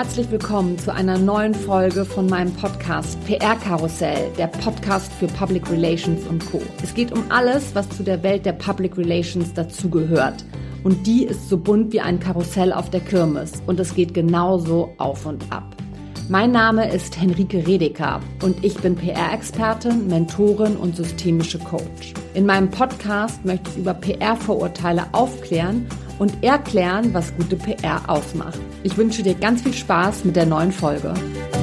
Herzlich willkommen zu einer neuen Folge von meinem Podcast PR Karussell, der Podcast für Public Relations und Co. Es geht um alles, was zu der Welt der Public Relations dazugehört. Und die ist so bunt wie ein Karussell auf der Kirmes. Und es geht genauso auf und ab. Mein Name ist Henrike Redeker und ich bin PR-Expertin, Mentorin und systemische Coach. In meinem Podcast möchte ich über PR-Vorurteile aufklären und erklären, was gute PR ausmacht. Ich wünsche dir ganz viel Spaß mit der neuen Folge.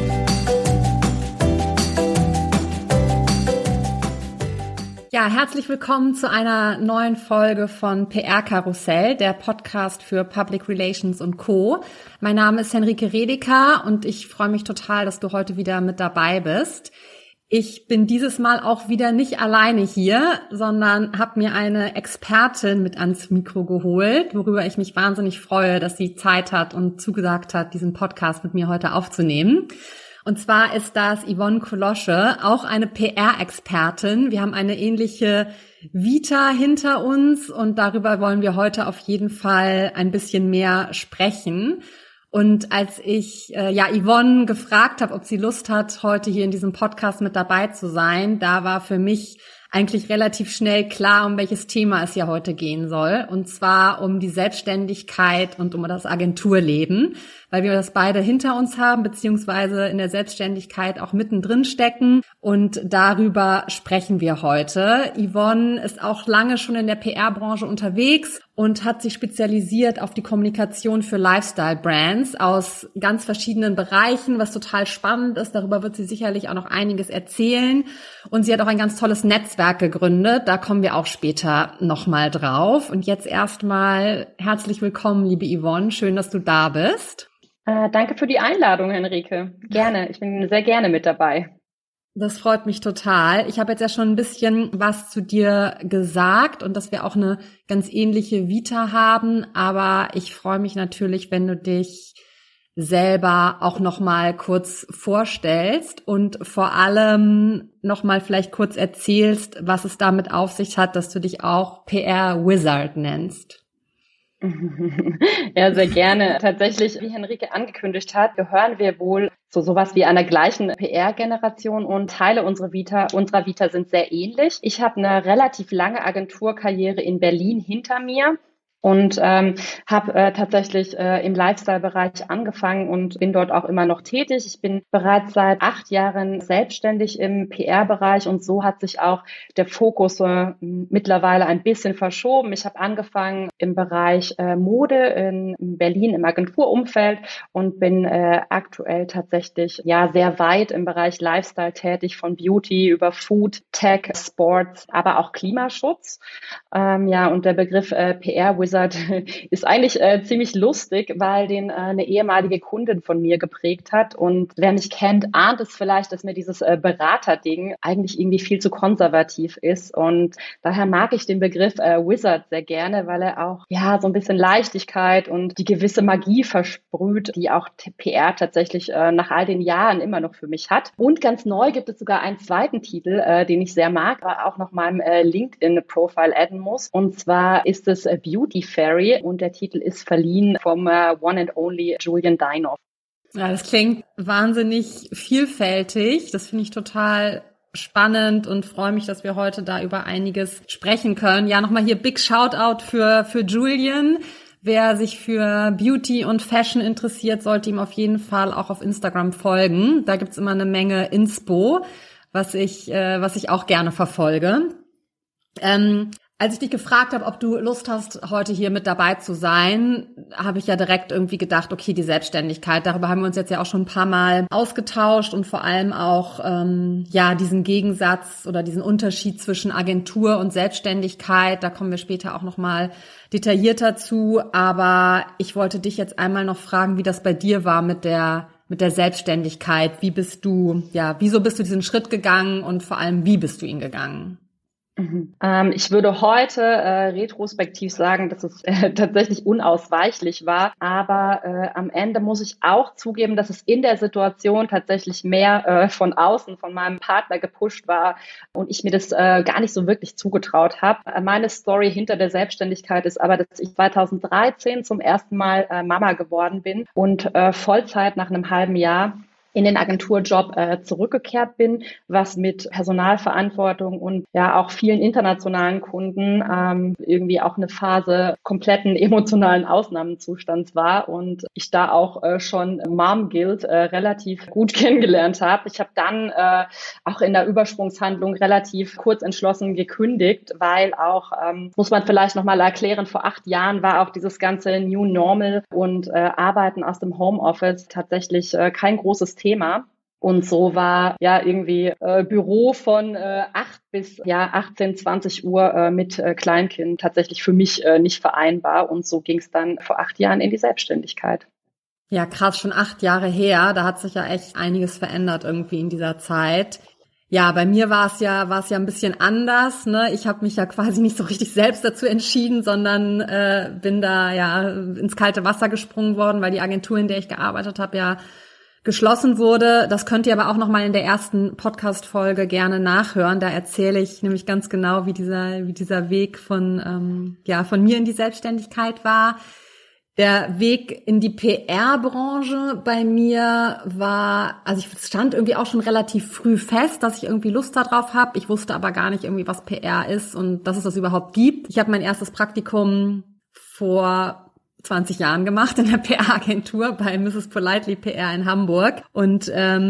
Ja, herzlich willkommen zu einer neuen Folge von PR Karussell, der Podcast für Public Relations und Co. Mein Name ist Henrike Redeker und ich freue mich total, dass du heute wieder mit dabei bist. Ich bin dieses Mal auch wieder nicht alleine hier, sondern habe mir eine Expertin mit ans Mikro geholt, worüber ich mich wahnsinnig freue, dass sie Zeit hat und zugesagt hat, diesen Podcast mit mir heute aufzunehmen. Und zwar ist das Yvonne Kolosche, auch eine PR-Expertin. Wir haben eine ähnliche Vita hinter uns und darüber wollen wir heute auf jeden Fall ein bisschen mehr sprechen. Und als ich Yvonne gefragt habe, ob sie Lust hat, heute hier in diesem Podcast mit dabei zu sein, da war für mich eigentlich relativ schnell klar, um welches Thema es ja heute gehen soll. Und zwar um die Selbstständigkeit und um das Agenturleben, weil wir das beide hinter uns haben, beziehungsweise in der Selbstständigkeit auch mittendrin stecken. Und darüber sprechen wir heute. Yvonne ist auch lange schon in der PR-Branche unterwegs und hat sich spezialisiert auf die Kommunikation für Lifestyle-Brands aus ganz verschiedenen Bereichen, was total spannend ist. Darüber wird sie sicherlich auch noch einiges erzählen. Und sie hat auch ein ganz tolles Netzwerk gegründet. Da kommen wir auch später nochmal drauf. Und jetzt erstmal herzlich willkommen, liebe Yvonne. Schön, dass du da bist. Danke für die Einladung, Henrike. Gerne. Ich bin sehr gerne mit dabei. Das freut mich total. Ich habe jetzt ja schon ein bisschen was zu dir gesagt und dass wir auch eine ganz ähnliche Vita haben. Aber ich freue mich natürlich, wenn du dich selber auch noch mal kurz vorstellst und vor allem noch mal vielleicht kurz erzählst, was es damit auf sich hat, dass du dich auch PR-Wizard nennst. Ja, sehr gerne. Tatsächlich, wie Henrike angekündigt hat, gehören wir wohl zu sowas wie einer gleichen PR-Generation und Teile unserer Vita sind sehr ähnlich. Ich habe eine relativ lange Agenturkarriere in Berlin hinter mir. Und habe tatsächlich im Lifestyle-Bereich angefangen und bin dort auch immer noch tätig. Ich bin bereits seit 8 Jahren selbstständig im PR-Bereich und so hat sich auch der Fokus mittlerweile ein bisschen verschoben. Ich habe angefangen im Bereich Mode in Berlin im Agenturumfeld und bin aktuell tatsächlich sehr weit im Bereich Lifestyle tätig, von Beauty über Food, Tech, Sports, aber auch Klimaschutz. Und der Begriff PR-Wizard ist eigentlich ziemlich lustig, weil den eine ehemalige Kundin von mir geprägt hat. Und wer mich kennt, ahnt es vielleicht, dass mir dieses Beraterding eigentlich irgendwie viel zu konservativ ist. Und daher mag ich den Begriff Wizard sehr gerne, weil er auch so ein bisschen Leichtigkeit und die gewisse Magie versprüht, die auch PR tatsächlich nach all den Jahren immer noch für mich hat. Und ganz neu gibt es sogar einen zweiten Titel, den ich sehr mag, aber auch noch meinem LinkedIn-Profile adden muss. Und zwar ist es Beauty Fairy und der Titel ist verliehen vom One and Only Julian Deinhoff. Ja, das klingt wahnsinnig vielfältig. Das finde ich total spannend und freue mich, dass wir heute da über einiges sprechen können. Ja, nochmal hier Big Shoutout für Julian. Wer sich für Beauty und Fashion interessiert, sollte ihm auf jeden Fall auch auf Instagram folgen. Da gibt's immer eine Menge Inspo, was ich auch gerne verfolge. Als ich dich gefragt habe, ob du Lust hast, heute hier mit dabei zu sein, habe ich ja direkt irgendwie gedacht, okay, die Selbstständigkeit, darüber haben wir uns jetzt ja auch schon ein paar Mal ausgetauscht und vor allem auch diesen Gegensatz oder diesen Unterschied zwischen Agentur und Selbstständigkeit, da kommen wir später auch nochmal detaillierter zu, aber ich wollte dich jetzt einmal noch fragen, wie das bei dir war mit der Selbstständigkeit. Wieso bist du diesen Schritt gegangen und vor allem, wie bist du ihn gegangen? Ich würde heute retrospektiv sagen, dass es tatsächlich unausweichlich war. Aber am Ende muss ich auch zugeben, dass es in der Situation tatsächlich mehr von außen, von meinem Partner gepusht war und ich mir das gar nicht so wirklich zugetraut habe. Meine Story hinter der Selbstständigkeit ist aber, dass ich 2013 zum ersten Mal Mama geworden bin und Vollzeit nach einem halben Jahr in den Agenturjob zurückgekehrt bin, was mit Personalverantwortung und ja auch vielen internationalen Kunden irgendwie auch eine Phase kompletten emotionalen Ausnahmezustands war und ich da auch schon Mom Guilt relativ gut kennengelernt habe. Ich habe dann auch in der Übersprungshandlung relativ kurz entschlossen gekündigt, weil auch, muss man vielleicht nochmal erklären, vor 8 Jahren war auch dieses ganze New Normal und Arbeiten aus dem Homeoffice tatsächlich kein großes Thema. Und so war ja irgendwie Büro von 8 bis 18, 20 Uhr mit Kleinkind tatsächlich für mich nicht vereinbar. Und so ging es dann vor 8 Jahren in die Selbstständigkeit. Ja, krass, schon 8 Jahre her. Da hat sich ja echt einiges verändert irgendwie in dieser Zeit. Ja, bei mir war es ja ein bisschen anders, ne? Ich habe mich ja quasi nicht so richtig selbst dazu entschieden, sondern bin da ja ins kalte Wasser gesprungen worden, weil die Agentur, in der ich gearbeitet habe, ja geschlossen wurde. Das könnt ihr aber auch noch mal in der ersten Podcast-Folge gerne nachhören. Da erzähle ich nämlich ganz genau, wie dieser Weg von mir in die Selbstständigkeit war. Der Weg in die PR-Branche bei mir war, also ich stand irgendwie auch schon relativ früh fest, dass ich irgendwie Lust darauf habe. Ich wusste aber gar nicht irgendwie, was PR ist und dass es das überhaupt gibt. Ich habe mein erstes Praktikum vor 20 Jahren gemacht in der PR-Agentur bei Mrs. Politely PR in Hamburg. Und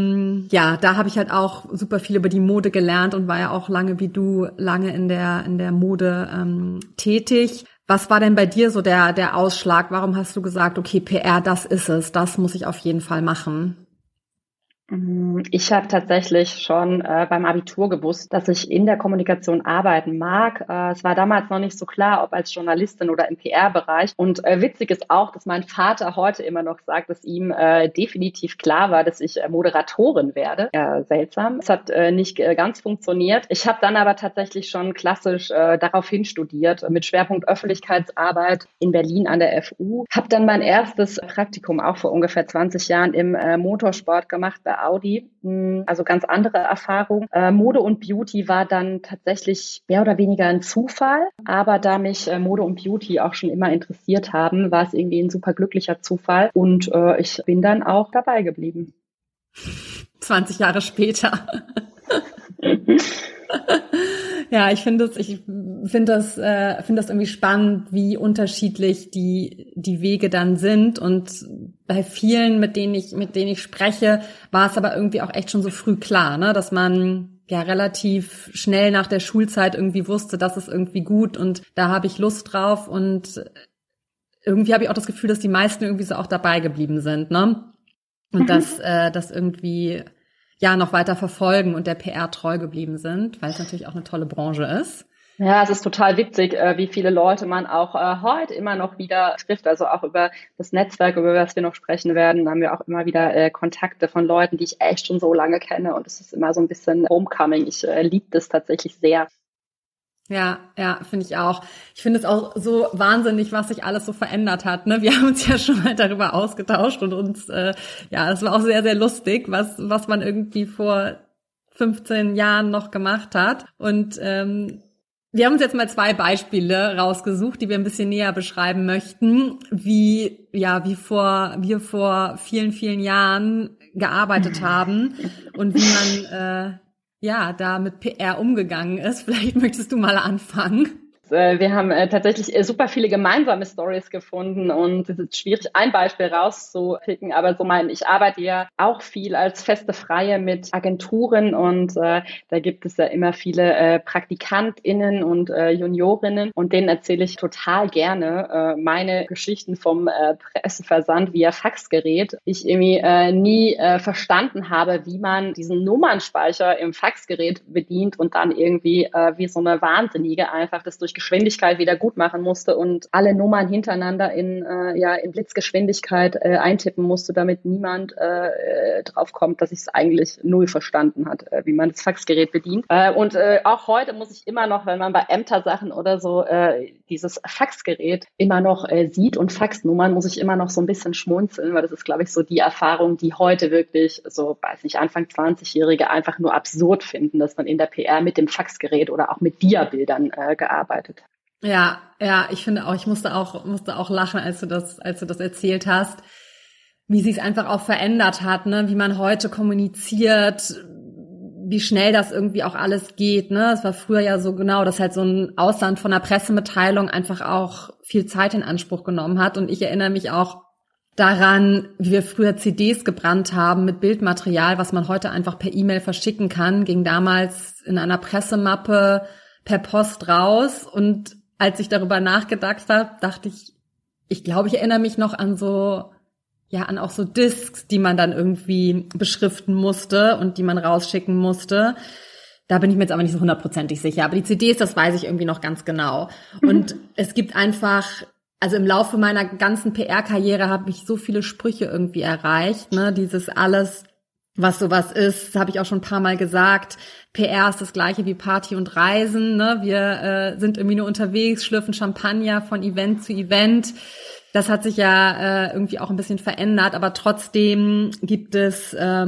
da habe ich halt auch super viel über die Mode gelernt und war ja auch lange wie du in der Mode tätig. Was war denn bei dir so der Ausschlag? Warum hast du gesagt, okay, PR, das ist es, das muss ich auf jeden Fall machen? Ich habe tatsächlich schon beim Abitur gewusst, dass ich in der Kommunikation arbeiten mag. Es war damals noch nicht so klar, ob als Journalistin oder im PR-Bereich. Und witzig ist auch, dass mein Vater heute immer noch sagt, dass ihm definitiv klar war, dass ich Moderatorin werde. Seltsam. Es hat nicht ganz funktioniert. Ich habe dann aber tatsächlich schon klassisch daraufhin studiert, mit Schwerpunkt Öffentlichkeitsarbeit in Berlin an der FU. Habe dann mein erstes Praktikum auch vor ungefähr 20 Jahren im Motorsport gemacht bei Audi, also ganz andere Erfahrung. Mode und Beauty war dann tatsächlich mehr oder weniger ein Zufall, aber da mich Mode und Beauty auch schon immer interessiert haben, war es irgendwie ein super glücklicher Zufall und ich bin dann auch dabei geblieben. 20 Jahre später. Ja, ich finde das irgendwie spannend, wie unterschiedlich die Wege dann sind. Und bei vielen, mit denen ich spreche, war es aber irgendwie auch echt schon so früh klar, ne, dass man ja relativ schnell nach der Schulzeit irgendwie wusste, das ist irgendwie gut und da habe ich Lust drauf. Und irgendwie habe ich auch das Gefühl, dass die meisten irgendwie so auch dabei geblieben sind, ne? Und dass das irgendwie noch weiter verfolgen und der PR treu geblieben sind, weil es natürlich auch eine tolle Branche ist. Ja, es ist total witzig, wie viele Leute man auch heute immer noch wieder trifft. Also auch über das Netzwerk, über das wir noch sprechen werden, haben wir auch immer wieder Kontakte von Leuten, die ich echt schon so lange kenne. Und es ist immer so ein bisschen Homecoming. Ich liebe das tatsächlich sehr. Ja, finde ich auch. Ich finde es auch so wahnsinnig, was sich alles so verändert hat. Ne? Wir haben uns ja schon mal darüber ausgetauscht und uns, es war auch sehr, sehr lustig, was man irgendwie vor 15 Jahren noch gemacht hat. Und wir haben uns jetzt mal 2 Beispiele rausgesucht, die wir ein bisschen näher beschreiben möchten, wie wir vor vielen, vielen Jahren gearbeitet haben und wie man da mit PR umgegangen ist. Vielleicht möchtest du mal anfangen. Wir haben tatsächlich super viele gemeinsame Stories gefunden und es ist schwierig, ein Beispiel rauszupicken, aber ich arbeite ja auch viel als feste Freie mit Agenturen und da gibt es ja immer viele PraktikantInnen und Juniorinnen und denen erzähle ich total gerne meine Geschichten vom Presseversand via Faxgerät. Ich irgendwie nie verstanden habe, wie man diesen Nummernspeicher im Faxgerät bedient und dann irgendwie wie so eine Wahnsinnige einfach das durch Geschwindigkeit wieder gut machen musste und alle Nummern hintereinander in Blitzgeschwindigkeit eintippen musste, damit niemand drauf kommt, dass ich es eigentlich null verstanden hat, wie man das Faxgerät bedient. Und auch heute muss ich immer noch, wenn man bei Ämtersachen oder so dieses Faxgerät immer noch sieht und Faxnummern, muss ich immer noch so ein bisschen schmunzeln, weil das ist, glaube ich, so die Erfahrung, die heute wirklich so, weiß nicht, Anfang 20-Jährige einfach nur absurd finden, dass man in der PR mit dem Faxgerät oder auch mit Dia-Bildern gearbeitet hat. Ja, ich finde auch, ich musste auch lachen, als du das erzählt hast, wie sich es einfach auch verändert hat, ne, wie man heute kommuniziert, wie schnell das irgendwie auch alles geht, ne? Es war früher ja so genau, dass halt so ein Ausland von einer Pressemitteilung einfach auch viel Zeit in Anspruch genommen hat. Und ich erinnere mich auch daran, wie wir früher CDs gebrannt haben mit Bildmaterial, was man heute einfach per E-Mail verschicken kann, ging damals in einer Pressemappe per Post raus. Und als ich darüber nachgedacht habe, dachte ich glaube, ich erinnere mich noch an an auch so Discs, die man dann irgendwie beschriften musste und die man rausschicken musste. Da bin ich mir jetzt aber nicht so hundertprozentig sicher. Aber die CDs, das weiß ich irgendwie noch ganz genau. Und es gibt einfach, also im Laufe meiner ganzen PR-Karriere habe ich so viele Sprüche irgendwie erreicht, ne? Dieses alles, was sowas ist, habe ich auch schon ein paar Mal gesagt. PR ist das Gleiche wie Party und Reisen, ne? Wir sind irgendwie nur unterwegs, schlürfen Champagner von Event zu Event. Das hat sich ja irgendwie auch ein bisschen verändert, aber trotzdem gibt es ja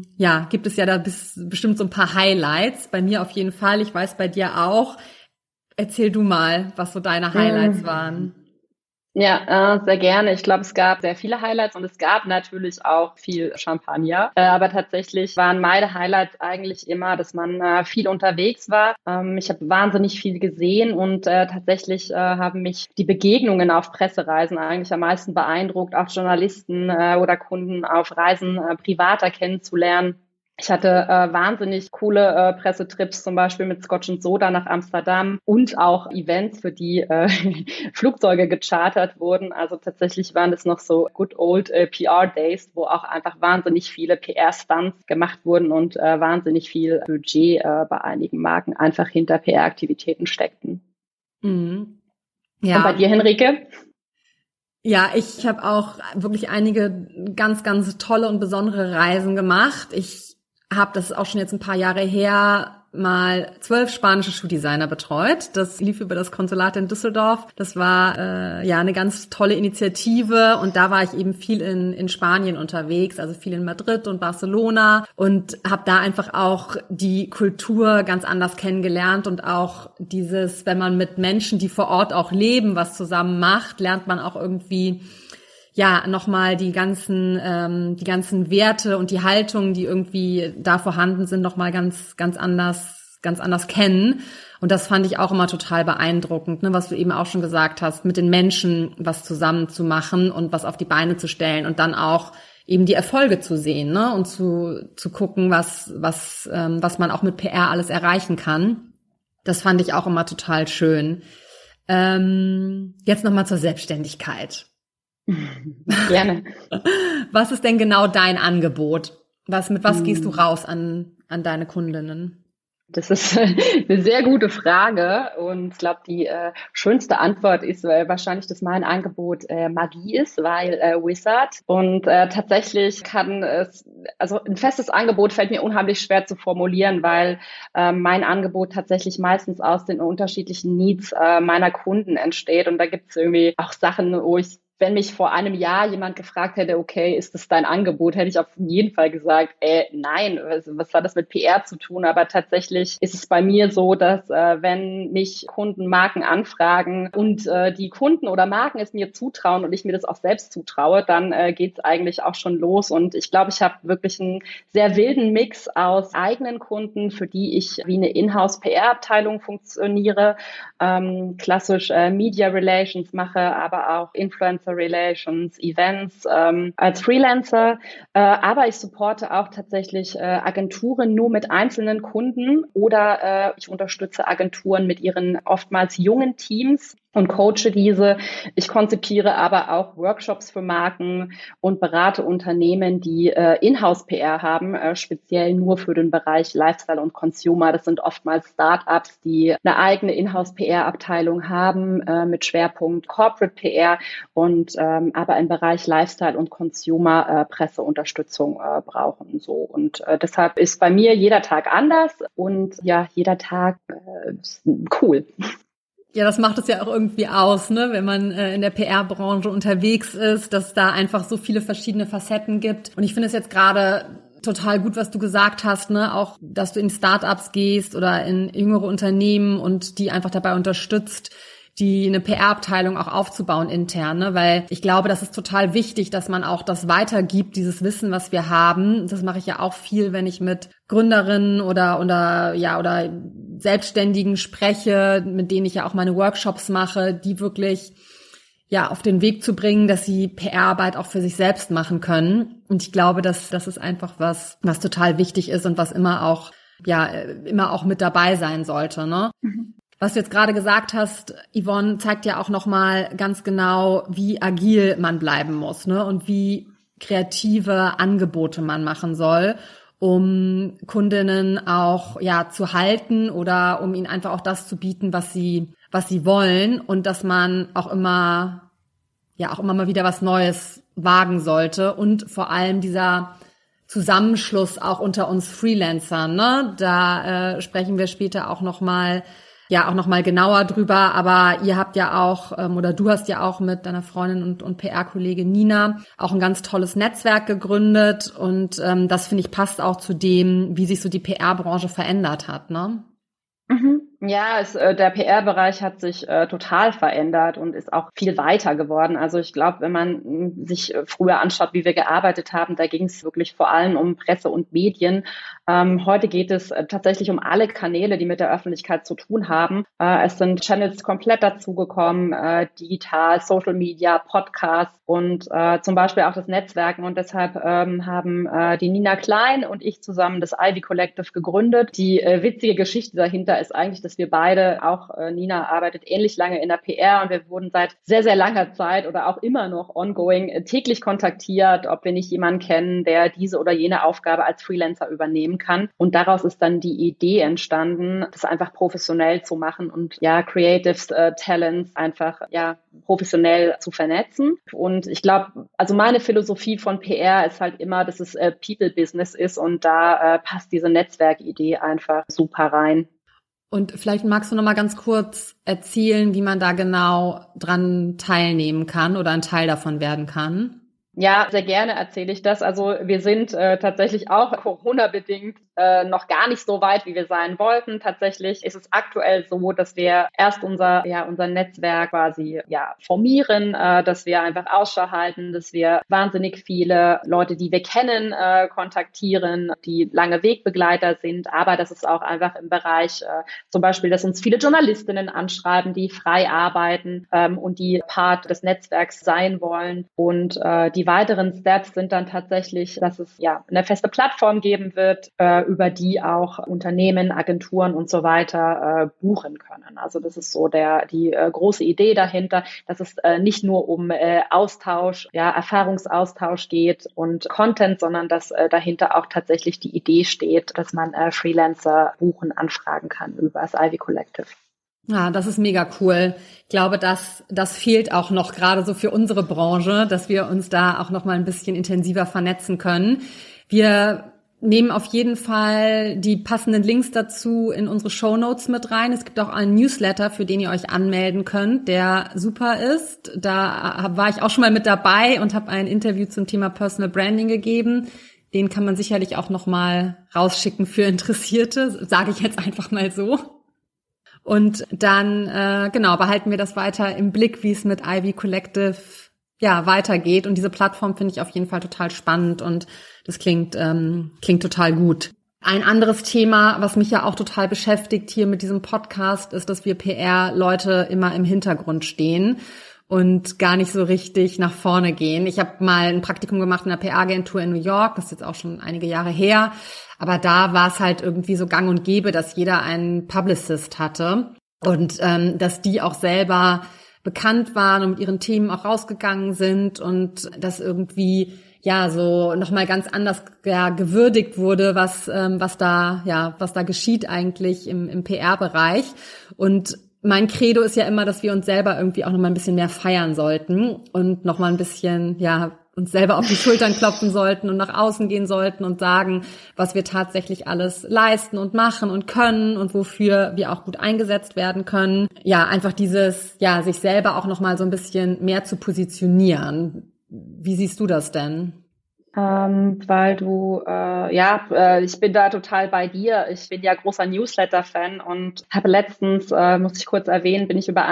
da bestimmt so ein paar Highlights. Bei mir auf jeden Fall, ich weiß bei dir auch. Erzähl du mal, was so deine Highlights waren. Ja, sehr gerne. Ich glaube, es gab sehr viele Highlights und es gab natürlich auch viel Champagner. Aber tatsächlich waren meine Highlights eigentlich immer, dass man viel unterwegs war. Ich habe wahnsinnig viel gesehen und tatsächlich haben mich die Begegnungen auf Pressereisen eigentlich am meisten beeindruckt, auch Journalisten oder Kunden auf Reisen privater kennenzulernen. Ich hatte wahnsinnig coole Pressetrips, zum Beispiel mit Scotch & Soda nach Amsterdam und auch Events, für die Flugzeuge gechartert wurden. Also tatsächlich waren es noch so good old PR-Days, wo auch einfach wahnsinnig viele PR-Stunts gemacht wurden und wahnsinnig viel Budget bei einigen Marken einfach hinter PR-Aktivitäten steckten. Mhm. Ja. Und bei dir, Henrike? Ja, ich habe auch wirklich einige ganz, ganz tolle und besondere Reisen gemacht. Das ist auch schon jetzt ein paar Jahre her, mal 12 spanische Schuhdesigner betreut. Das lief über das Konsulat in Düsseldorf. Das war eine ganz tolle Initiative und da war ich eben viel in Spanien unterwegs, also viel in Madrid und Barcelona und habe da einfach auch die Kultur ganz anders kennengelernt und auch dieses, wenn man mit Menschen, die vor Ort auch leben, was zusammen macht, lernt man auch irgendwie nochmal die ganzen Werte und die Haltungen, die irgendwie da vorhanden sind, nochmal ganz anders kennen. Und das fand ich auch immer total beeindruckend, ne, was du eben auch schon gesagt hast, mit den Menschen was zusammen zu machen und was auf die Beine zu stellen und dann auch eben die Erfolge zu sehen, ne, und zu gucken, was man auch mit PR alles erreichen kann. Das fand ich auch immer total schön. Jetzt nochmal zur Selbstständigkeit. Gerne. Was ist denn genau dein Angebot? Mit was gehst du raus an deine Kundinnen? Das ist eine sehr gute Frage und ich glaube, die schönste Antwort ist wahrscheinlich, dass mein Angebot Magie ist, weil Wizard und tatsächlich kann es, also ein festes Angebot fällt mir unheimlich schwer zu formulieren, weil mein Angebot tatsächlich meistens aus den unterschiedlichen Needs meiner Kunden entsteht und da gibt es irgendwie auch Sachen, wenn mich vor einem Jahr jemand gefragt hätte, okay, ist das dein Angebot, hätte ich auf jeden Fall gesagt, nein, was hat das mit PR zu tun? Aber tatsächlich ist es bei mir so, dass wenn mich Kunden Marken anfragen und die Kunden oder Marken es mir zutrauen und ich mir das auch selbst zutraue, dann geht es eigentlich auch schon los. Und ich glaube, ich habe wirklich einen sehr wilden Mix aus eigenen Kunden, für die ich wie eine Inhouse-PR-Abteilung funktioniere, klassisch Media Relations mache, aber auch Influencer Relations, Events als Freelancer, aber ich supporte auch tatsächlich Agenturen nur mit einzelnen Kunden oder ich unterstütze Agenturen mit ihren oftmals jungen Teams. und coache diese. Ich konzipiere aber auch Workshops für Marken und berate Unternehmen, die Inhouse-PR haben, speziell nur für den Bereich Lifestyle und Consumer. Das sind oftmals Startups, die eine eigene Inhouse-PR-Abteilung haben mit Schwerpunkt Corporate PR und aber im Bereich Lifestyle und Consumer Presseunterstützung brauchen. So. Und deshalb ist bei mir jeder Tag anders und ja, jeder Tag cool. Ja, das macht es ja auch irgendwie aus, ne, wenn man in der PR-Branche unterwegs ist, dass es da einfach so viele verschiedene Facetten gibt. Und ich finde es jetzt gerade total gut, was du gesagt hast, ne, auch, dass du in Startups gehst oder in jüngere Unternehmen und die einfach dabei unterstützt, die eine PR-Abteilung auch aufzubauen intern, ne? Weil ich glaube, das ist total wichtig, dass man auch das weitergibt, dieses Wissen, was wir haben. Das mache ich ja auch viel, wenn ich mit Gründerinnen oder Selbstständigen spreche, mit denen ich ja auch meine Workshops mache, die wirklich ja auf den Weg zu bringen, dass sie PR-Arbeit auch für sich selbst machen können. Und ich glaube, dass das ist einfach was total wichtig ist und was immer auch mit dabei sein sollte, ne? Mhm. Was du jetzt gerade gesagt hast, Yvonne, zeigt ja auch nochmal ganz genau, wie agil man bleiben muss, ne? Und wie kreative Angebote man machen soll, um Kundinnen auch zu halten oder um ihnen einfach auch das zu bieten, was sie wollen, und dass man auch immer mal wieder was Neues wagen sollte, und vor allem dieser Zusammenschluss auch unter uns Freelancern, ne? Da sprechen wir später auch noch mal genauer drüber, aber ihr habt ja auch, oder du hast ja auch mit deiner Freundin und PR-Kollegin Nina auch ein ganz tolles Netzwerk gegründet, und das, finde ich, passt auch zu dem, wie sich so die PR-Branche verändert hat, ne? Mhm. Ja, der PR-Bereich hat sich total verändert und ist auch viel weiter geworden. Also ich glaube, wenn man sich früher anschaut, wie wir gearbeitet haben, da ging es wirklich vor allem um Presse und Medien. Heute geht es tatsächlich um alle Kanäle, die mit der Öffentlichkeit zu tun haben. Es sind Channels komplett dazugekommen, digital, Social Media, Podcasts und zum Beispiel auch das Netzwerken. Und deshalb haben die Nina Klein und ich zusammen das Ivy Collective gegründet. Die witzige Geschichte dahinter ist eigentlich, dass wir beide, auch Nina arbeitet ähnlich lange in der PR, und wir wurden seit sehr, sehr langer Zeit oder auch immer noch ongoing täglich kontaktiert, ob wir nicht jemanden kennen, der diese oder jene Aufgabe als Freelancer übernehmen kann. Und daraus ist dann die Idee entstanden, das einfach professionell zu machen und Creatives, Talents einfach professionell zu vernetzen. Und ich glaube, also meine Philosophie von PR ist halt immer, dass es People-Business ist, und da passt diese Netzwerkidee einfach super rein. Und vielleicht magst du noch mal ganz kurz erzählen, wie man da genau dran teilnehmen kann oder ein Teil davon werden kann. Ja, sehr gerne erzähle ich das. Also wir sind tatsächlich auch Corona-bedingt noch gar nicht so weit, wie wir sein wollten. Tatsächlich ist es aktuell so, dass wir erst unser Netzwerk quasi formieren, dass wir einfach Ausschau halten, dass wir wahnsinnig viele Leute, die wir kennen, kontaktieren, die lange Wegbegleiter sind. Aber das ist auch einfach im Bereich zum Beispiel, dass uns viele Journalistinnen anschreiben, die frei arbeiten und die Part des Netzwerks sein wollen. Und die weiteren Steps sind dann tatsächlich, dass es eine feste Plattform geben wird, über die auch Unternehmen, Agenturen und so weiter buchen können. Also das ist so die große Idee dahinter, dass es nicht nur um Austausch, Erfahrungsaustausch geht und Content, sondern dass dahinter auch tatsächlich die Idee steht, dass man Freelancer buchen, anfragen kann über das Ivy Collective. Ja, das ist mega cool. Ich glaube, das fehlt auch noch gerade so für unsere Branche, dass wir uns da auch noch mal ein bisschen intensiver vernetzen können. Wir nehmen auf jeden Fall die passenden Links dazu in unsere Shownotes mit rein. Es gibt auch einen Newsletter, für den ihr euch anmelden könnt, der super ist. Da war ich auch schon mal mit dabei und habe ein Interview zum Thema Personal Branding gegeben. Den kann man sicherlich auch noch mal rausschicken für Interessierte, sage ich jetzt einfach mal so. Und dann, behalten wir das weiter im Blick, wie es mit Ivy Collective weitergeht. Und diese Plattform finde ich auf jeden Fall total spannend, und das klingt total gut. Ein anderes Thema, was mich ja auch total beschäftigt hier mit diesem Podcast, ist, dass wir PR-Leute immer im Hintergrund stehen und gar nicht so richtig nach vorne gehen. Ich habe mal ein Praktikum gemacht in einer PR-Agentur in New York, das ist jetzt auch schon einige Jahre her. Aber da war es halt irgendwie so gang und gäbe, dass jeder einen Publicist hatte und dass die auch selber bekannt waren und mit ihren Themen auch rausgegangen sind und das irgendwie ja so nochmal ganz anders gewürdigt wurde, was da geschieht eigentlich im PR-Bereich. Und mein Credo ist ja immer, dass wir uns selber irgendwie auch nochmal ein bisschen mehr feiern sollten und nochmal ein bisschen, uns selber auf die Schultern klopfen sollten und nach außen gehen sollten und sagen, was wir tatsächlich alles leisten und machen und können und wofür wir auch gut eingesetzt werden können. Ja, einfach dieses, sich selber auch nochmal so ein bisschen mehr zu positionieren. Wie siehst du das denn? Weil du, ich bin da total bei dir. Ich bin ja großer Newsletter-Fan und habe letztens, muss ich kurz erwähnen, bin ich über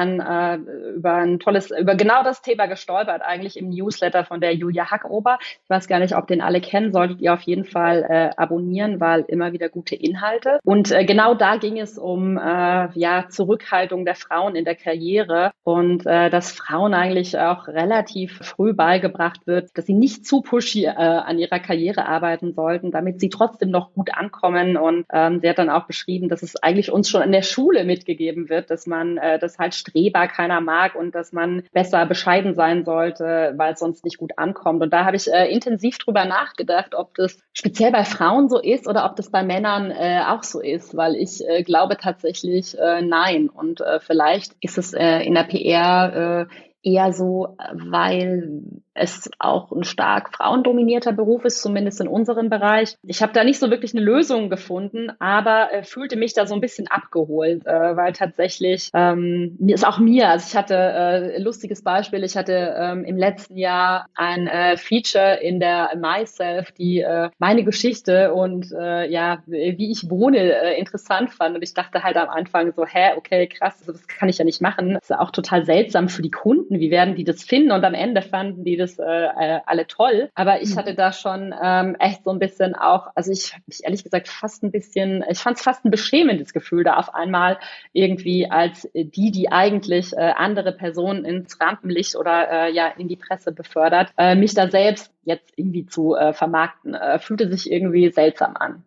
genau das Thema gestolpert, eigentlich im Newsletter von der Julia Hackober. Ich weiß gar nicht, ob den alle kennen, solltet ihr auf jeden Fall abonnieren, weil immer wieder gute Inhalte. Und genau da ging es um Zurückhaltung der Frauen in der Karriere und dass Frauen eigentlich auch relativ früh beigebracht wird, dass sie nicht zu pushy an ihrer Karriere arbeiten sollten, damit sie trotzdem noch gut ankommen. Und sie hat dann auch beschrieben, dass es eigentlich uns schon in der Schule mitgegeben wird, dass man das halt Streber keiner mag und dass man besser bescheiden sein sollte, weil es sonst nicht gut ankommt. Und da habe ich intensiv drüber nachgedacht, ob das speziell bei Frauen so ist oder ob das bei Männern auch so ist, weil ich glaube tatsächlich nein. Und vielleicht ist es in der PR eher so, weil es auch ein stark frauendominierter Beruf ist, zumindest in unserem Bereich. Ich habe da nicht so wirklich eine Lösung gefunden, aber fühlte mich da so ein bisschen abgeholt, weil tatsächlich also ich hatte lustiges Beispiel, ich hatte im letzten Jahr ein Feature in der Myself, die meine Geschichte und wie ich wohne interessant fand und ich dachte halt am Anfang so, okay, krass, also das kann ich ja nicht machen. Das ist ja auch total seltsam für die Kunden, wie werden die das finden? Und am Ende fanden die das alle toll. Aber ich hatte da schon echt so ein bisschen auch, also ich habe mich ehrlich gesagt ich fand es fast ein beschämendes Gefühl, da auf einmal irgendwie als die eigentlich andere Personen ins Rampenlicht oder in die Presse befördert, mich da selbst jetzt irgendwie zu vermarkten, fühlte sich irgendwie seltsam an.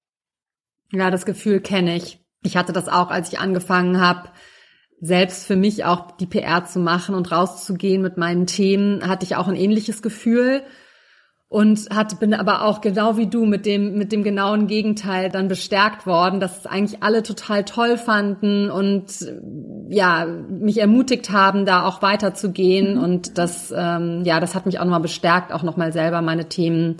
Ja, das Gefühl kenne ich. Ich hatte das auch, als ich angefangen habe, selbst für mich auch die PR zu machen und rauszugehen mit meinen Themen, hatte ich auch ein ähnliches Gefühl und bin aber auch genau wie du mit dem genauen Gegenteil dann bestärkt worden, dass es eigentlich alle total toll fanden und mich ermutigt haben, da auch weiterzugehen und das hat mich auch nochmal bestärkt, auch nochmal selber meine Themen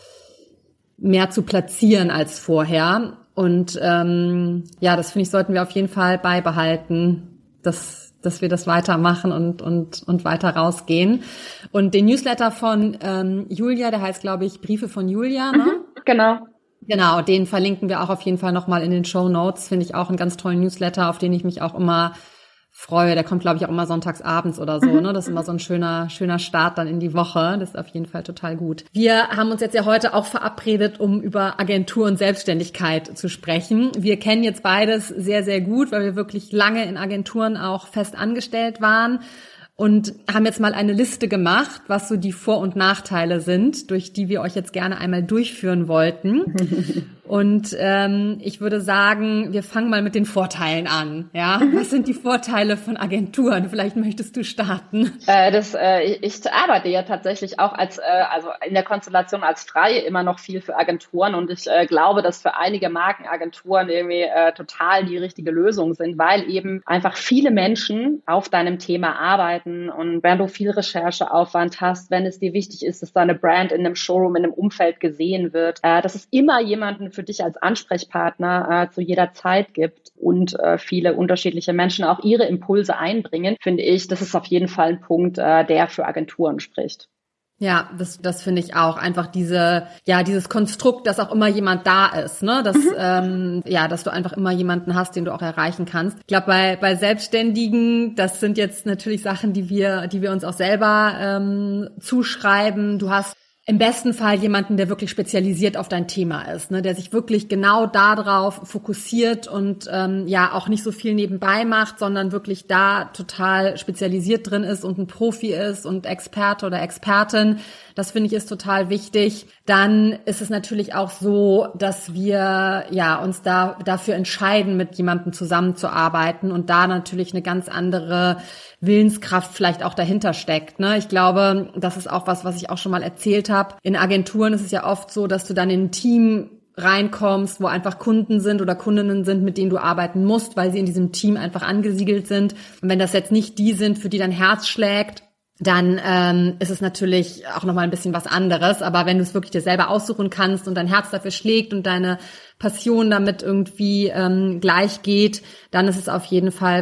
mehr zu platzieren als vorher und das finde ich, sollten wir auf jeden Fall beibehalten, dass wir das weitermachen und weiter rausgehen. Und den Newsletter von Julia, der heißt, glaube ich, Briefe von Julia, ne? Genau. Genau, den verlinken wir auch auf jeden Fall nochmal in den Shownotes. Finde ich auch einen ganz tollen Newsletter, auf den ich mich auch immer freue. Der kommt, glaube ich, auch immer sonntags abends oder so, ne? Das ist immer so ein schöner Start dann in die Woche. Das ist auf jeden Fall total gut. Wir haben uns jetzt ja heute auch verabredet, um über Agentur und Selbstständigkeit zu sprechen. Wir kennen jetzt beides sehr, sehr gut, weil wir wirklich lange in Agenturen auch fest angestellt waren und haben jetzt mal eine Liste gemacht, was so die Vor- und Nachteile sind, durch die wir euch jetzt gerne einmal durchführen wollten. Und ich würde sagen, wir fangen mal mit den Vorteilen an. Ja, was sind die Vorteile von Agenturen? Vielleicht möchtest du starten. Ich arbeite ja tatsächlich auch also in der Konstellation als Freie immer noch viel für Agenturen und ich glaube, dass für einige Markenagenturen irgendwie total die richtige Lösung sind, weil eben einfach viele Menschen auf deinem Thema arbeiten und wenn du viel Rechercheaufwand hast, wenn es dir wichtig ist, dass deine Brand in einem Showroom, in einem Umfeld gesehen wird, dass es immer jemanden für dich als Ansprechpartner zu jeder Zeit gibt und viele unterschiedliche Menschen auch ihre Impulse einbringen, finde ich, das ist auf jeden Fall ein Punkt, der für Agenturen spricht. Ja, das finde ich auch. Einfach dieses Konstrukt, dass auch immer jemand da ist, ne? Dass du einfach immer jemanden hast, den du auch erreichen kannst. Ich glaube, bei Selbstständigen, das sind jetzt natürlich Sachen, die wir uns auch selber zuschreiben. Du hast im besten Fall jemanden, der wirklich spezialisiert auf dein Thema ist, ne, der sich wirklich genau darauf fokussiert und auch nicht so viel nebenbei macht, sondern wirklich da total spezialisiert drin ist und ein Profi ist und Experte oder Expertin. Das finde ich ist total wichtig. Dann ist es natürlich auch so, dass wir uns dafür entscheiden, mit jemandem zusammenzuarbeiten und da natürlich eine ganz andere Willenskraft vielleicht auch dahinter steckt. Ne? Ich glaube, das ist auch was ich auch schon mal erzählt habe. In Agenturen ist es ja oft so, dass du dann in ein Team reinkommst, wo einfach Kunden sind oder Kundinnen sind, mit denen du arbeiten musst, weil sie in diesem Team einfach angesiedelt sind. Und wenn das jetzt nicht die sind, für die dein Herz schlägt, dann ist es natürlich auch nochmal ein bisschen was anderes. Aber wenn du es wirklich dir selber aussuchen kannst und dein Herz dafür schlägt und deine Passion damit irgendwie gleich geht, dann ist es auf jeden Fall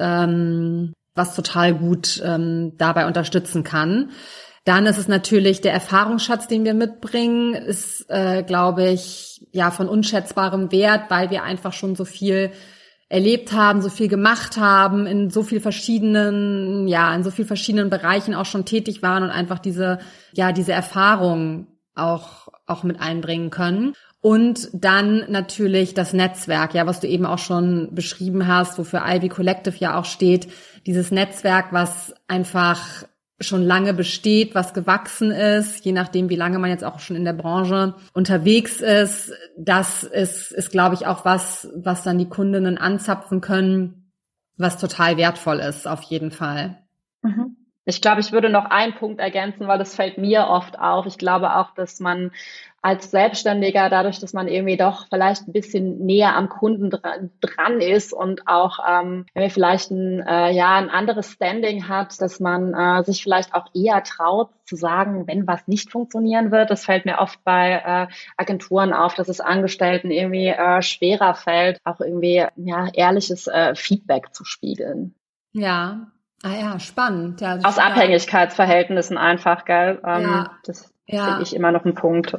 was total gut dabei unterstützen kann. Dann ist es natürlich der Erfahrungsschatz, den wir mitbringen, ist, glaube ich, von unschätzbarem Wert, weil wir einfach schon so viel erlebt haben, so viel gemacht haben, in so viel verschiedenen Bereichen auch schon tätig waren und einfach diese Erfahrung auch mit einbringen können. Und dann natürlich das Netzwerk, was du eben auch schon beschrieben hast, wofür Ivy Collective ja auch steht, dieses Netzwerk, was einfach schon lange besteht, was gewachsen ist, je nachdem, wie lange man jetzt auch schon in der Branche unterwegs ist. Das ist glaube ich, auch was dann die Kundinnen anzapfen können, was total wertvoll ist, auf jeden Fall. Mhm. Ich glaube, ich würde noch einen Punkt ergänzen, weil das fällt mir oft auf. Ich glaube auch, dass man als Selbstständiger, dadurch, dass man irgendwie doch vielleicht ein bisschen näher am Kunden dran ist und auch, wenn man vielleicht ein anderes Standing hat, dass man sich vielleicht auch eher traut zu sagen, wenn was nicht funktionieren wird. Das fällt mir oft bei Agenturen auf, dass es Angestellten irgendwie schwerer fällt, auch irgendwie ehrliches Feedback zu spiegeln. Ja. Spannend. Ja, aus Abhängigkeitsverhältnissen einfach, gell? Das finde ich immer noch ein Punkt,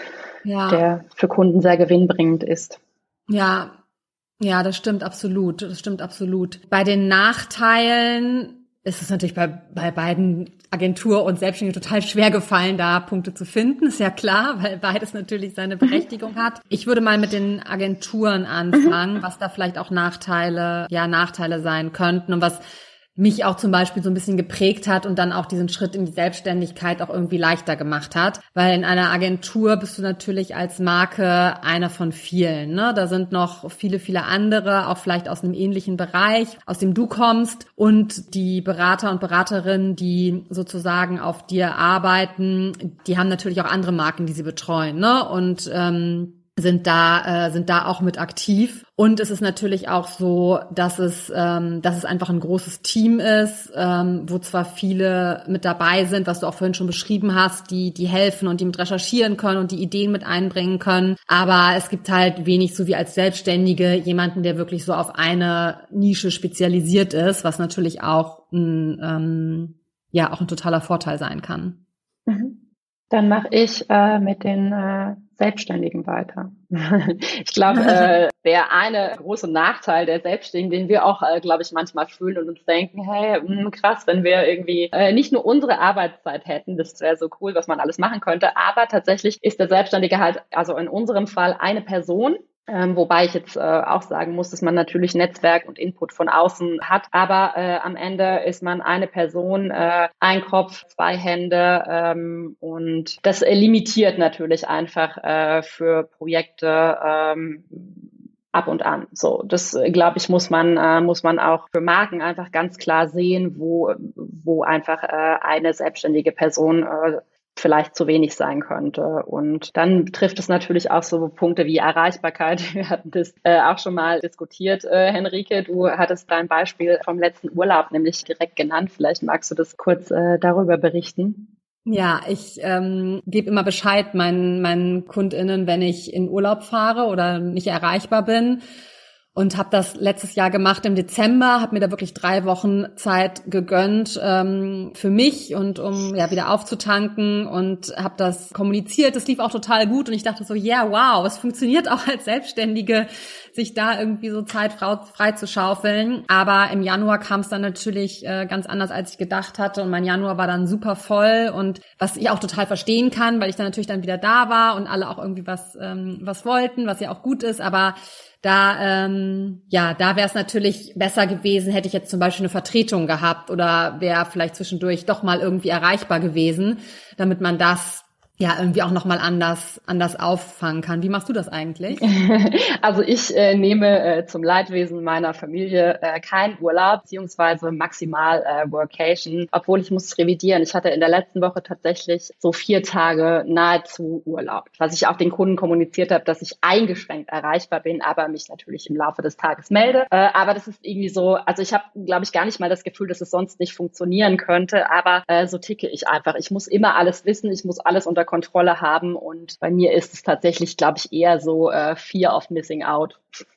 der für Kunden sehr gewinnbringend ist. Ja, das stimmt absolut. Bei den Nachteilen ist es natürlich bei beiden Agentur und Selbstständige total schwer gefallen, da Punkte zu finden. Ist ja klar, weil beides natürlich seine Berechtigung hat. Ich würde mal mit den Agenturen anfangen, was da vielleicht auch Nachteile sein könnten und was mich auch zum Beispiel so ein bisschen geprägt hat und dann auch diesen Schritt in die Selbstständigkeit auch irgendwie leichter gemacht hat. Weil in einer Agentur bist du natürlich als Marke einer von vielen, ne? Da sind noch viele, viele andere, auch vielleicht aus einem ähnlichen Bereich, aus dem du kommst. Und die Berater und Beraterinnen, die sozusagen auf dir arbeiten, die haben natürlich auch andere Marken, die sie betreuen, ne? Und sind da auch mit aktiv. Und es ist natürlich auch so, dass es einfach ein großes Team ist, wo zwar viele mit dabei sind, was du auch vorhin schon beschrieben hast, die helfen und die mit recherchieren können und die Ideen mit einbringen können. Aber es gibt halt wenig, so wie als Selbstständige, jemanden, der wirklich so auf eine Nische spezialisiert ist, was natürlich auch auch ein totaler Vorteil sein kann. Dann mache ich mit den Selbstständigen weiter. Ich glaube, der eine große Nachteil der Selbstständigen, den wir auch, glaube ich, manchmal fühlen und uns denken, hey, krass, wenn wir irgendwie nicht nur unsere Arbeitszeit hätten, das wäre so cool, was man alles machen könnte, aber tatsächlich ist der Selbstständige halt, also in unserem Fall eine Person, wobei ich jetzt auch sagen muss, dass man natürlich Netzwerk und Input von außen hat, aber am Ende ist man eine Person, ein Kopf, zwei Hände und das limitiert natürlich einfach für Projekte ab und an. So, das glaube ich muss man auch für Marken einfach ganz klar sehen, wo einfach eine selbstständige Person vielleicht zu wenig sein könnte. Und dann trifft es natürlich auch so Punkte wie Erreichbarkeit. Wir hatten das auch schon mal diskutiert, Henrike. Du hattest dein Beispiel vom letzten Urlaub nämlich direkt genannt. Vielleicht magst du das kurz darüber berichten. Ja, ich gebe immer Bescheid meinen KundInnen, wenn ich in Urlaub fahre oder nicht erreichbar bin. und habe das letztes Jahr gemacht im Dezember, habe mir da wirklich 3 Wochen Zeit gegönnt für mich und um ja wieder aufzutanken und habe das kommuniziert. Das lief auch total gut und ich dachte so, ja, wow, es funktioniert auch als Selbstständige, sich da irgendwie so Zeit frei zu schaufeln. Aber im Januar kam es dann natürlich ganz anders, als ich gedacht hatte und mein Januar war dann super voll und was ich auch total verstehen kann, weil ich dann natürlich dann wieder da war und alle auch irgendwie was wollten, was ja auch gut ist, aber da wäre es natürlich besser gewesen, hätte ich jetzt zum Beispiel eine Vertretung gehabt oder wäre vielleicht zwischendurch doch mal irgendwie erreichbar gewesen, damit man das ja irgendwie auch nochmal anders auffangen kann. Wie machst du das eigentlich? Also ich nehme zum Leidwesen meiner Familie keinen Urlaub, beziehungsweise maximal Workation, obwohl ich muss revidieren. Ich hatte in der letzten Woche tatsächlich so 4 Tage nahezu Urlaub, was ich auch den Kunden kommuniziert habe, dass ich eingeschränkt erreichbar bin, aber mich natürlich im Laufe des Tages melde. Aber das ist irgendwie so, also ich habe, glaube ich, gar nicht mal das Gefühl, dass es sonst nicht funktionieren könnte, aber so ticke ich einfach. Ich muss immer alles wissen, ich muss alles unter Kontrolle haben und bei mir ist es tatsächlich, glaube ich, eher so Fear of Missing Out.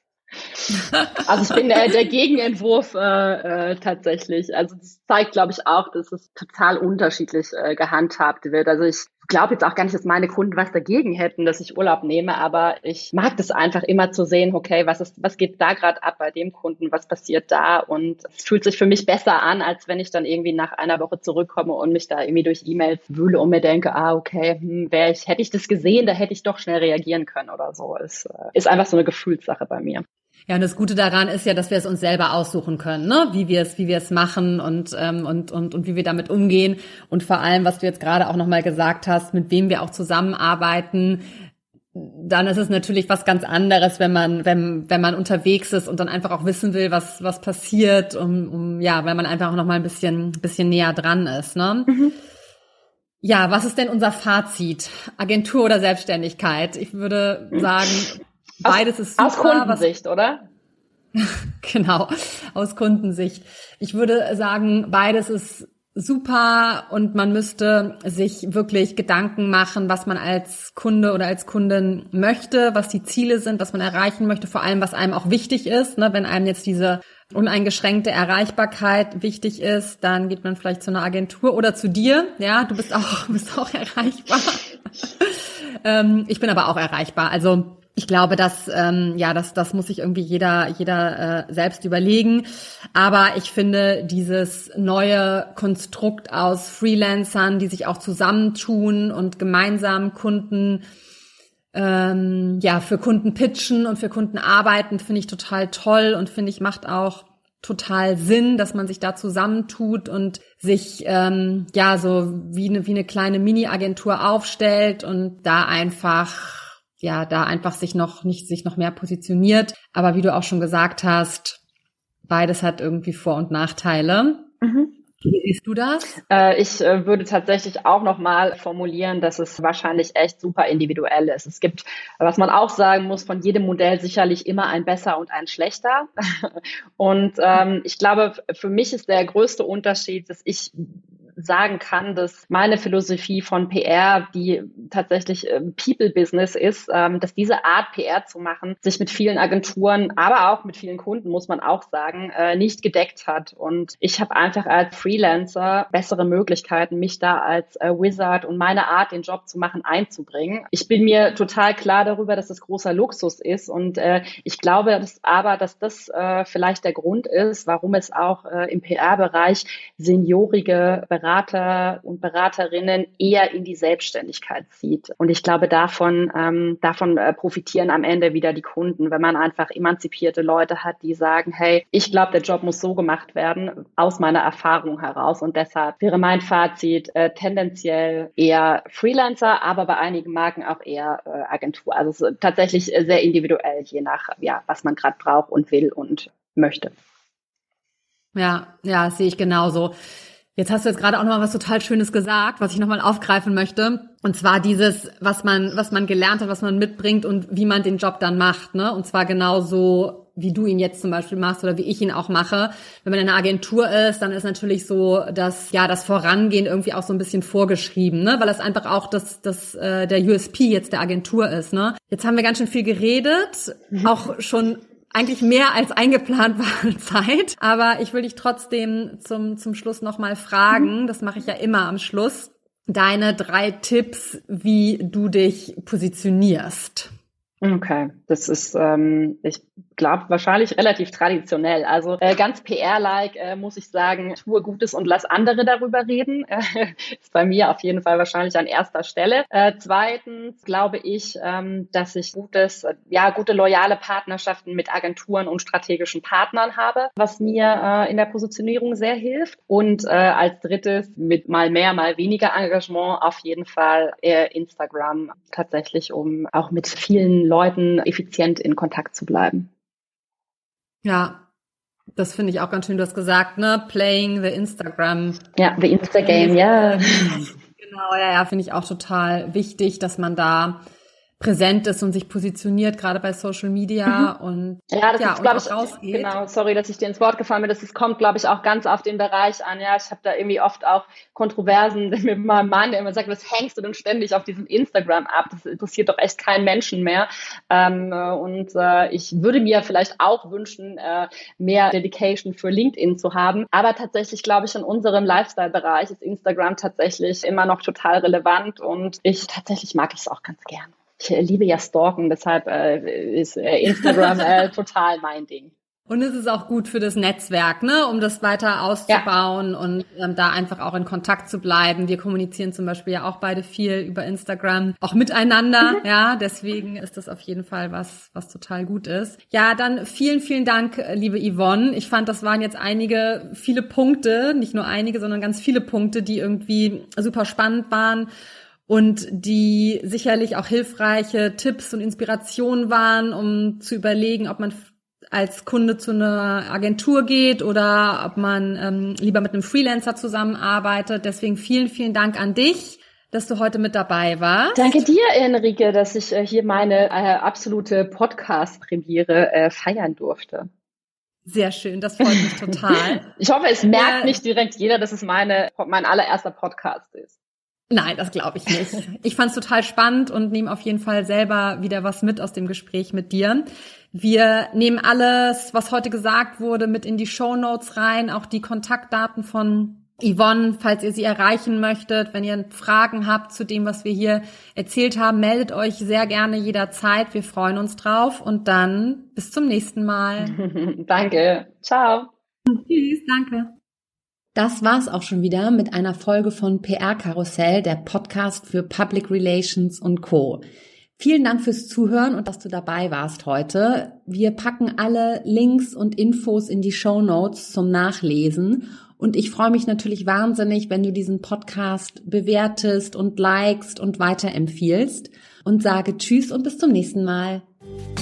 Also ich bin der Gegenentwurf tatsächlich. Also das zeigt, glaube ich, auch, dass es total unterschiedlich gehandhabt wird. Also ich glaube jetzt auch gar nicht, dass meine Kunden was dagegen hätten, dass ich Urlaub nehme, aber ich mag das einfach immer zu sehen, okay, was geht da gerade ab bei dem Kunden, was passiert da und es fühlt sich für mich besser an, als wenn ich dann irgendwie nach einer Woche zurückkomme und mich da irgendwie durch E-Mails wühle und mir denke, okay, hätte ich das gesehen, da hätte ich doch schnell reagieren können oder so. Es ist einfach so eine Gefühlssache bei mir. Ja, und das Gute daran ist ja, dass wir es uns selber aussuchen können, ne? Wie wir es machen und wie wir damit umgehen. Und vor allem, was du jetzt gerade auch nochmal gesagt hast, mit wem wir auch zusammenarbeiten, dann ist es natürlich was ganz anderes, wenn man unterwegs ist und dann einfach auch wissen will, was passiert, weil man einfach auch nochmal ein bisschen näher dran ist, ne? Mhm. Ja, was ist denn unser Fazit? Agentur oder Selbstständigkeit? Ich würde sagen, beides ist super. Aus Kundensicht, oder? Genau, aus Kundensicht. Ich würde sagen, beides ist super und man müsste sich wirklich Gedanken machen, was man als Kunde oder als Kundin möchte, was die Ziele sind, was man erreichen möchte, vor allem, was einem auch wichtig ist. Ne? Wenn einem jetzt diese uneingeschränkte Erreichbarkeit wichtig ist, dann geht man vielleicht zu einer Agentur oder zu dir. Ja, du bist auch erreichbar. Ich bin aber auch erreichbar. Also ich glaube, das muss sich irgendwie jeder selbst überlegen. Aber ich finde dieses neue Konstrukt aus Freelancern, die sich auch zusammentun und gemeinsam Kunden für Kunden pitchen und für Kunden arbeiten, finde ich total toll und finde ich macht auch total Sinn, dass man sich da zusammentut und sich so wie eine kleine Mini-Agentur aufstellt und da einfach sich noch mehr positioniert. Aber wie du auch schon gesagt hast, beides hat irgendwie Vor- und Nachteile. Mhm. Wie siehst du das? Ich würde tatsächlich auch nochmal formulieren, dass es wahrscheinlich echt super individuell ist. Es gibt, was man auch sagen muss, von jedem Modell sicherlich immer ein besser und ein schlechter. Und ich glaube, für mich ist der größte Unterschied, dass ich sagen kann, dass meine Philosophie von PR, die tatsächlich People-Business ist, dass diese Art PR zu machen, sich mit vielen Agenturen, aber auch mit vielen Kunden, muss man auch sagen, nicht gedeckt hat. Und ich habe einfach als Freelancer bessere Möglichkeiten, mich da als Wizard und meine Art, den Job zu machen, einzubringen. Ich bin mir total klar darüber, dass das großer Luxus ist und ich glaube dass das vielleicht der Grund ist, warum es auch im PR-Bereich seniorige Berater und Beraterinnen eher in die Selbstständigkeit zieht. Und ich glaube, davon profitieren am Ende wieder die Kunden, wenn man einfach emanzipierte Leute hat, die sagen, hey, ich glaube, der Job muss so gemacht werden, aus meiner Erfahrung heraus. Und deshalb wäre mein Fazit tendenziell eher Freelancer, aber bei einigen Marken auch eher Agentur. Also es ist tatsächlich sehr individuell, je nach, was man gerade braucht und will und möchte. Ja, sehe ich genauso. Jetzt hast du gerade auch noch mal was total Schönes gesagt, was ich noch mal aufgreifen möchte. Und zwar dieses, was man gelernt hat, was man mitbringt und wie man den Job dann macht, ne? Und zwar genauso, wie du ihn jetzt zum Beispiel machst oder wie ich ihn auch mache. Wenn man in einer Agentur ist, dann ist natürlich so, dass das Vorangehen irgendwie auch so ein bisschen vorgeschrieben, ne? Weil das einfach auch der USP jetzt der Agentur ist, ne? Jetzt haben wir ganz schön viel geredet, auch schon eigentlich mehr als eingeplant war Zeit. Aber ich will dich trotzdem zum Schluss nochmal fragen, das mache ich ja immer am Schluss, deine 3 Tipps, wie du dich positionierst. Okay, das ist, ich glaube, wahrscheinlich relativ traditionell. Also ganz PR-like muss ich sagen, tue Gutes und lass andere darüber reden. Ist bei mir auf jeden Fall wahrscheinlich an erster Stelle. Zweitens glaube ich, dass ich gute loyale Partnerschaften mit Agenturen und strategischen Partnern habe, was mir in der Positionierung sehr hilft. Und als drittes mit mal mehr, mal weniger Engagement auf jeden Fall Instagram tatsächlich, um auch mit vielen Leuten effizient in Kontakt zu bleiben. Ja, das finde ich auch ganz schön. Du hast gesagt, ne? Playing the Instagram. Ja, the Instagame, ja. Genau, ja, finde ich auch total wichtig, dass man da präsent ist und sich positioniert, gerade bei Social Media und das ist, glaube ich, rausgeht. Genau, sorry, dass ich dir ins Wort gefallen bin. Das kommt, glaube ich, auch ganz auf den Bereich an. Ja, ich habe da irgendwie oft auch Kontroversen mit meinem Mann, der immer sagt, was hängst du denn ständig auf diesem Instagram ab? Das interessiert doch echt keinen Menschen mehr. Ich würde mir vielleicht auch wünschen, mehr Dedication für LinkedIn zu haben. Aber tatsächlich, glaube ich, in unserem Lifestyle-Bereich ist Instagram tatsächlich immer noch total relevant und tatsächlich mag ich es auch ganz gern. Ich liebe ja Stalken, deshalb ist Instagram total mein Ding. Und es ist auch gut für das Netzwerk, ne, um das weiter auszubauen und da einfach auch in Kontakt zu bleiben. Wir kommunizieren zum Beispiel ja auch beide viel über Instagram, auch miteinander, ja, deswegen ist das auf jeden Fall was total gut ist. Ja, dann vielen, vielen Dank, liebe Yvonne. Ich fand, das waren jetzt viele Punkte, nicht nur einige, sondern ganz viele Punkte, die irgendwie super spannend waren und die sicherlich auch hilfreiche Tipps und Inspirationen waren, um zu überlegen, ob man als Kunde zu einer Agentur geht oder ob man lieber mit einem Freelancer zusammenarbeitet. Deswegen vielen, vielen Dank an dich, dass du heute mit dabei warst. Danke dir, Enrique, dass ich hier meine absolute Podcast-Premiere feiern durfte. Sehr schön, das freut mich total. Ich hoffe, es merkt nicht direkt jeder, dass es mein allererster Podcast ist. Nein, das glaube ich nicht. Ich fand es total spannend und nehme auf jeden Fall selber wieder was mit aus dem Gespräch mit dir. Wir nehmen alles, was heute gesagt wurde, mit in die Shownotes rein, auch die Kontaktdaten von Yvonne, falls ihr sie erreichen möchtet. Wenn ihr Fragen habt zu dem, was wir hier erzählt haben, meldet euch sehr gerne jederzeit. Wir freuen uns drauf und dann bis zum nächsten Mal. Danke. Ciao. Tschüss, danke. Das war's auch schon wieder mit einer Folge von PR Karussell, der Podcast für Public Relations und Co. Vielen Dank fürs Zuhören und dass du dabei warst heute. Wir packen alle Links und Infos in die Shownotes zum Nachlesen. Und ich freue mich natürlich wahnsinnig, wenn du diesen Podcast bewertest und likest und weiterempfiehlst. Und sage Tschüss und bis zum nächsten Mal.